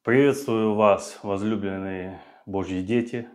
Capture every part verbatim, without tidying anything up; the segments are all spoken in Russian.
Приветствую вас, возлюбленные Божьи дети.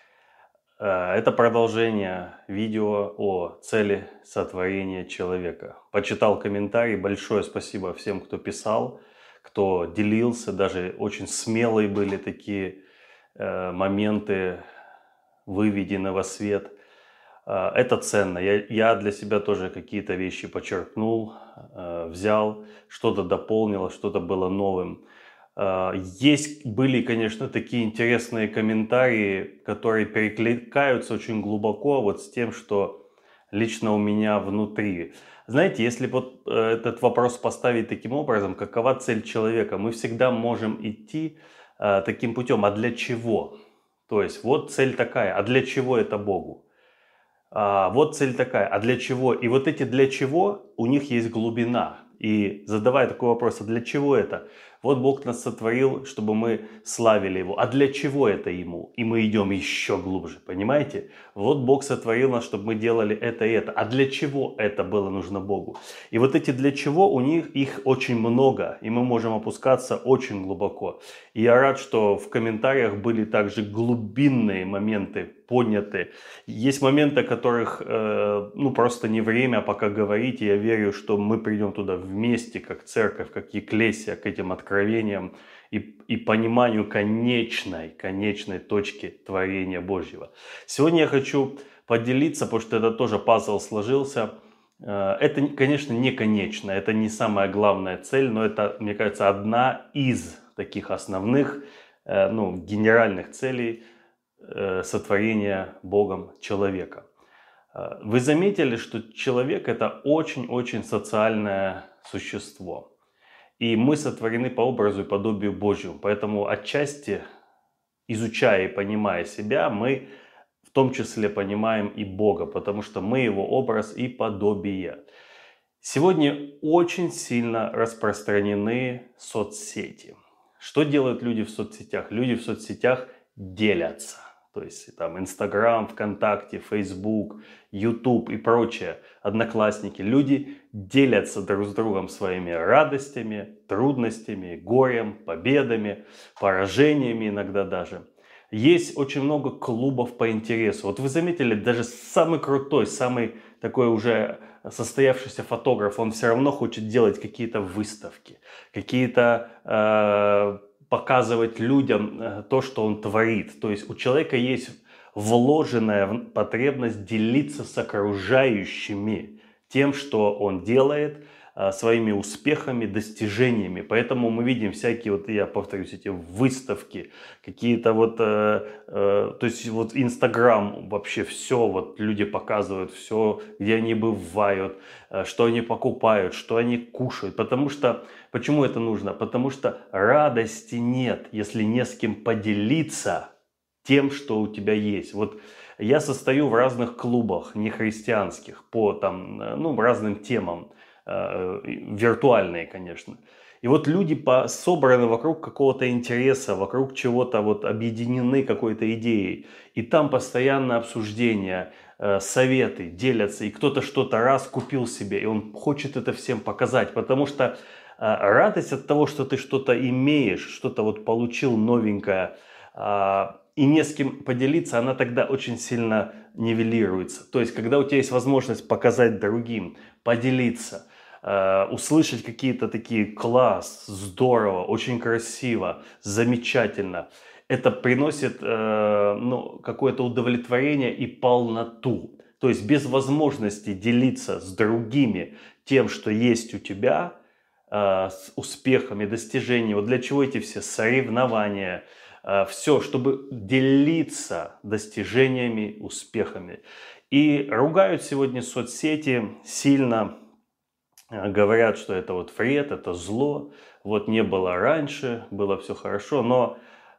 Э, Это продолжение видео о цели сотворения человека. Почитал комментарий, большое спасибо всем, кто писал, кто делился, даже очень смелые были такие э, моменты, выведены во свет. Э, Это ценно. Я, я для себя тоже какие-то вещи подчеркнул, э, взял, что-то дополнил, что-то было новым. Э, Есть, были, конечно, такие интересные комментарии, которые перекликаются очень глубоко вот с тем, что лично у меня внутри. Знаете, если вот э, этот вопрос поставить таким образом, какова цель человека, мы всегда можем идти э, таким путем. А для чего? То есть вот цель такая, а для чего это Богу? А, вот цель такая, а для чего? И вот эти для чего, у них есть глубина. И задавая такой вопрос, а для чего это? Вот Бог нас сотворил, чтобы мы славили Его. А для чего это Ему? И мы идем еще глубже, понимаете? Вот Бог сотворил нас, чтобы мы делали это и это. А для чего это было нужно Богу? И вот эти для чего, у них их очень много. И мы можем опускаться очень глубоко. И я рад, что в комментариях были также глубинные моменты подняты. Есть моменты, о которых э, ну, просто не время пока говорить. И я верю, что мы придем туда вместе, как церковь, как екклесия, к этим откровениям и, и пониманию конечной, конечной точки творения Божьего. Сегодня я хочу поделиться, потому что это тоже пазл сложился. Э, Это, конечно, не конечно, это не самая главная цель, но это, мне кажется, одна из таких основных, э, ну, генеральных целей э, сотворения Богом человека. Э, Вы заметили, что человек – это очень-очень социальное существо. И мы сотворены по образу и подобию Божьему. Поэтому отчасти, изучая и понимая себя, мы в том числе понимаем и Бога, потому что мы Его образ и подобие. Сегодня очень сильно распространены соцсети. Что делают люди в соцсетях? Люди в соцсетях делятся. То есть там Инстаграм, ВКонтакте, Фейсбук, Ютуб и прочее, Одноклассники. Люди делятся друг с другом своими радостями, трудностями, горем, победами, поражениями иногда даже. Есть очень много клубов по интересу. Вот вы заметили, даже самый крутой, самый такой уже состоявшийся фотограф, он все равно хочет делать какие-то выставки, какие-то э, показывать людям э, то, что он творит. То есть у человека есть вложенная потребность делиться с окружающими тем, что он делает, э, своими успехами, достижениями. Поэтому мы видим всякие, вот я повторюсь, эти выставки, какие-то вот, э, э, то есть вот Инстаграм, вообще все, вот люди показывают все, где они бывают, э, что они покупают, что они кушают. Потому что, почему это нужно? Потому что радости нет, если не с кем поделиться тем, что у тебя есть. Вот я состою в разных клубах нехристианских по там, э, ну, разным темам, э, виртуальные, конечно. И вот люди по, собраны вокруг какого-то интереса, вокруг чего-то, вот объединены какой-то идеей. И там постоянно обсуждения, э, советы делятся. И кто-то что-то раз купил себе, и он хочет это всем показать. Потому что э, радость от того, что ты что-то имеешь, что-то вот получил новенькое, э, и не с кем поделиться, она тогда очень сильно нивелируется. То есть, когда у тебя есть возможность показать другим, поделиться, э, услышать какие-то такие класс, здорово, очень красиво, замечательно, это приносит э, ну, какое-то удовлетворение и полноту. То есть, без возможности делиться с другими тем, что есть у тебя, э, с успехами, достижениями. Вот для чего эти все соревнования, все, чтобы делиться достижениями, успехами. И ругают сегодня соцсети сильно, э, говорят, что это вот вред, это зло, вот не было раньше, было все хорошо, но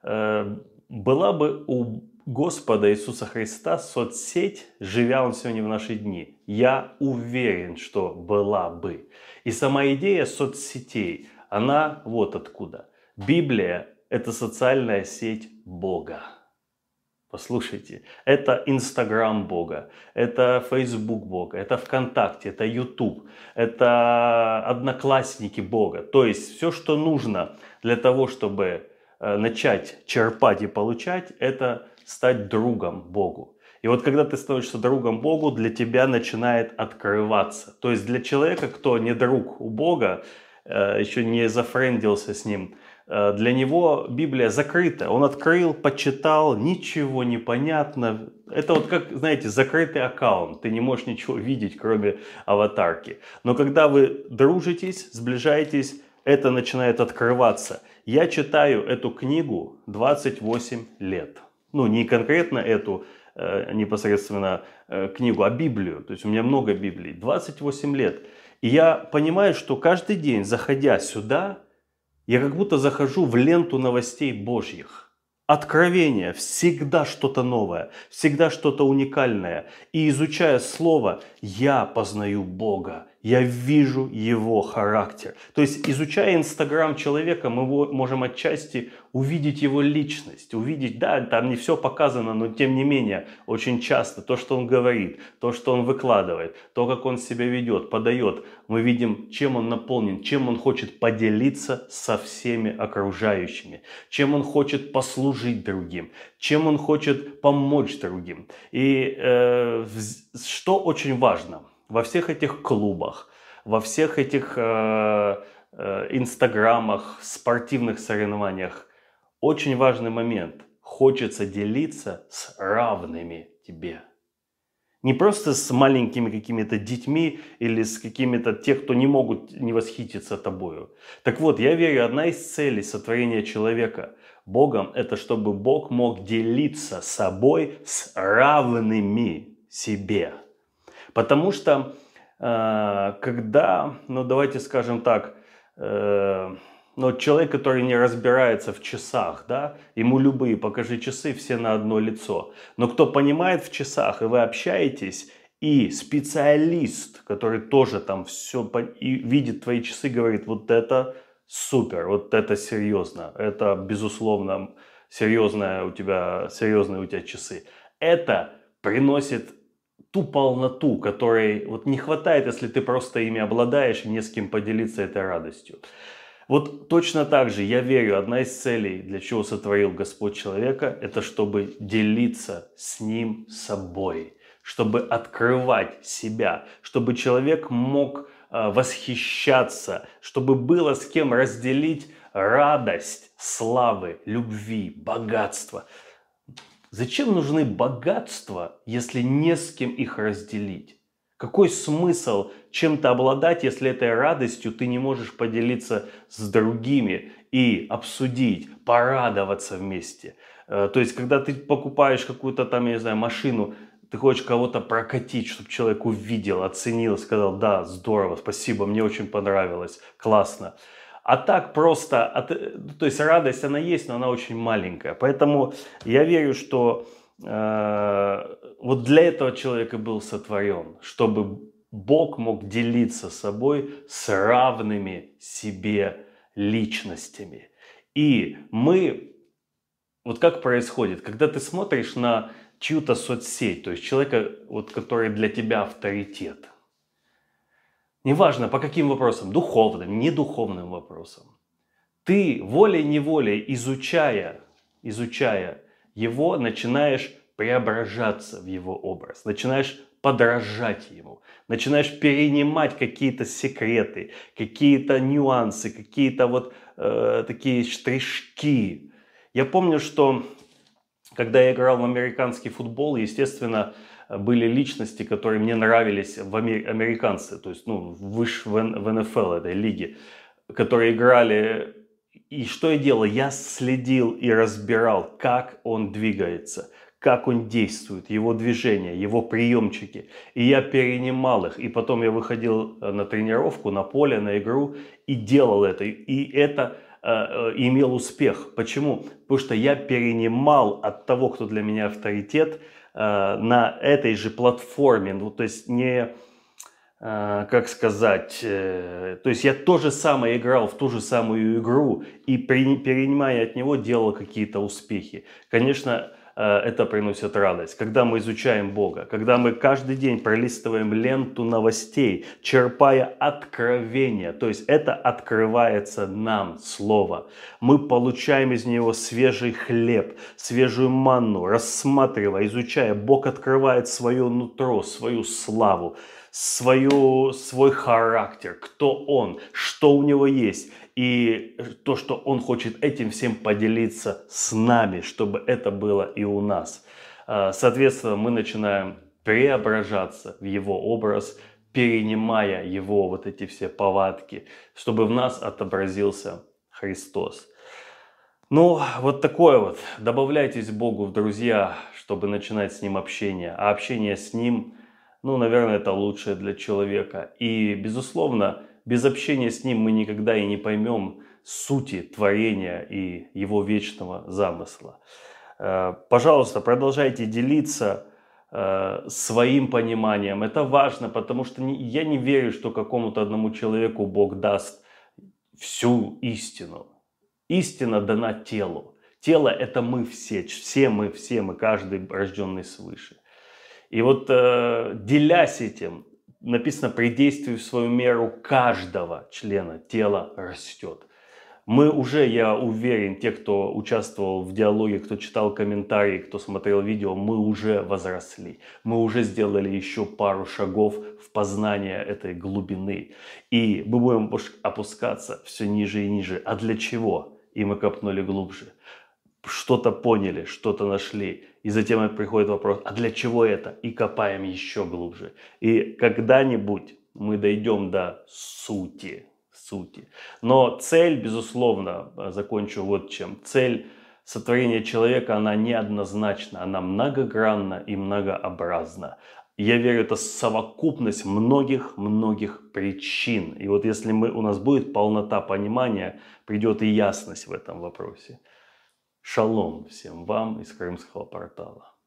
э, была бы у Господа Иисуса Христа соцсеть, живя Он сегодня в наши дни, я уверен, что была бы. И сама идея соцсетей, она вот откуда. Библия – это социальная сеть Бога. Послушайте, это Инстаграм Бога, это Фейсбук Бога, это ВКонтакте, это Ютуб, это Одноклассники Бога. То есть все, что нужно для того, чтобы э, начать черпать и получать, это стать другом Богу. И вот когда ты становишься другом Богу, для тебя начинает открываться. То есть для человека, кто не друг у Бога, э, еще не зафрендился с ним, э, для него Библия закрыта. Он открыл, почитал, ничего не понятно. Это вот как, знаете, закрытый аккаунт. Ты не можешь ничего видеть, кроме аватарки. Но когда вы дружитесь, сближаетесь, это начинает открываться. Я читаю эту книгу двадцать восемь лет. Ну, не конкретно эту э, непосредственно э, книгу, а Библию. То есть у меня много Библий. двадцать восемь лет. И я понимаю, что каждый день, заходя сюда, я как будто захожу в ленту новостей Божьих. Откровение, всегда что-то новое, всегда что-то уникальное. И изучая Слово, я познаю Бога, я вижу Его характер. То есть, изучая Инстаграм человека, мы можем отчасти увидеть его личность, увидеть, да, там не все показано, но тем не менее, очень часто то, что он говорит, то, что он выкладывает, то, как он себя ведет, подает, мы видим, чем он наполнен, чем он хочет поделиться со всеми окружающими, чем он хочет послужить другим, чем он хочет помочь другим. И э, что очень важно, во всех этих клубах, во всех этих э, э, инстаграмах, спортивных соревнованиях, очень важный момент. Хочется делиться с равными тебе. Не просто с маленькими какими-то детьми или с какими-то тех, кто не могут не восхититься тобою. Так вот, я верю, одна из целей сотворения человека Богом, это чтобы Бог мог делиться собой с равными себе. Потому что, э, когда, ну давайте скажем так, э, но человек, который не разбирается в часах, да, ему любые, покажи часы, все на одно лицо. Но кто понимает в часах, и вы общаетесь, и специалист, который тоже там все и видит твои часы, говорит, вот это супер, вот это серьезно, это безусловно серьезная у тебя, серьезные у тебя часы. Это приносит ту полноту, которой вот не хватает, если ты просто ими обладаешь и не с кем поделиться этой радостью. Вот точно так же, я верю, одна из целей, для чего сотворил Господь человека, это чтобы делиться с ним собой, чтобы открывать себя, чтобы человек мог э, восхищаться, чтобы было с кем разделить радость, славы, любви, богатства. Зачем нужны богатства, если не с кем их разделить? Какой смысл чем-то обладать, если этой радостью ты не можешь поделиться с другими и обсудить, порадоваться вместе? То есть, когда ты покупаешь какую-то там, я не знаю, машину, ты хочешь кого-то прокатить, чтобы человек увидел, оценил, сказал, да, здорово, спасибо, мне очень понравилось, классно. А так просто, то есть радость она есть, но она очень маленькая. Поэтому я верю, что э, вот для этого человек и был сотворен, чтобы Бог мог делиться собой с равными себе личностями. И мы, вот как происходит, когда ты смотришь на чью-то соцсеть, то есть человека, вот, который для тебя авторитет, неважно по каким вопросам, духовным, недуховным вопросам, ты волей-неволей, изучая, изучая его, начинаешь преображаться в его образ, начинаешь подражать ему, начинаешь перенимать какие-то секреты, какие-то нюансы, какие-то вот э, такие штришки. Я помню, что когда я играл в американский футбол, естественно, были личности, которые мне нравились в амер... американцы, то есть ну, выше в эн эф эл этой лиги, которые играли. И что я делал? Я следил и разбирал, как он двигается, как он действует, его движения, его приемчики. И я перенимал их. И потом я выходил на тренировку, на поле, на игру и делал это. И это э, имел успех. Почему? Потому что я перенимал от того, кто для меня авторитет, на этой же платформе, ну, то есть не, как сказать, то есть я то же самое играл в ту же самую игру и перенимая от него делал какие-то успехи. Конечно, э, это приносит радость. Когда мы изучаем Бога, когда мы каждый день пролистываем ленту новостей, черпая откровения, то есть это открывается нам, Слово. Мы получаем из него свежий хлеб, свежую манну, рассматривая, изучая. Бог открывает свое нутро, свою славу, свою, свой характер, кто Он, что у Него есть. И то, что Он хочет этим всем поделиться с нами, чтобы это было и у нас. Соответственно, мы начинаем преображаться в Его образ, перенимая Его вот эти все повадки, чтобы в нас отобразился Христос. Ну, вот такое вот. Добавляйтесь Богу в друзья, чтобы начинать с Ним общение. А общение с Ним, ну, наверное, это лучшее для человека. И, безусловно, без общения с Ним мы никогда и не поймем сути творения и Его вечного замысла. Пожалуйста, продолжайте делиться своим пониманием. Это важно, потому что я не верю, что какому-то одному человеку Бог даст всю истину. Истина дана телу. Тело – это мы все, все мы, все мы, каждый рожденный свыше. И вот э, делясь этим, написано, при действии в свою меру каждого члена тела растет. Мы уже, я уверен, те, кто участвовал в диалоге, кто читал комментарии, кто смотрел видео, мы уже возросли. Мы уже сделали еще пару шагов в познание этой глубины. И мы будем опускаться все ниже и ниже. А для чего? И мы копнули глубже. Что-то поняли, что-то нашли. И затем приходит вопрос, а для чего это? И копаем еще глубже. И когда-нибудь мы дойдем до сути. сути. Но цель, безусловно, закончу вот чем. Цель сотворения человека, она неоднозначна, она многогранна и многообразна. Я верю, это совокупность многих-многих причин. И вот если мы, у нас будет полнота понимания, придет и ясность в этом вопросе. Шалом всем вам из Крымского портала.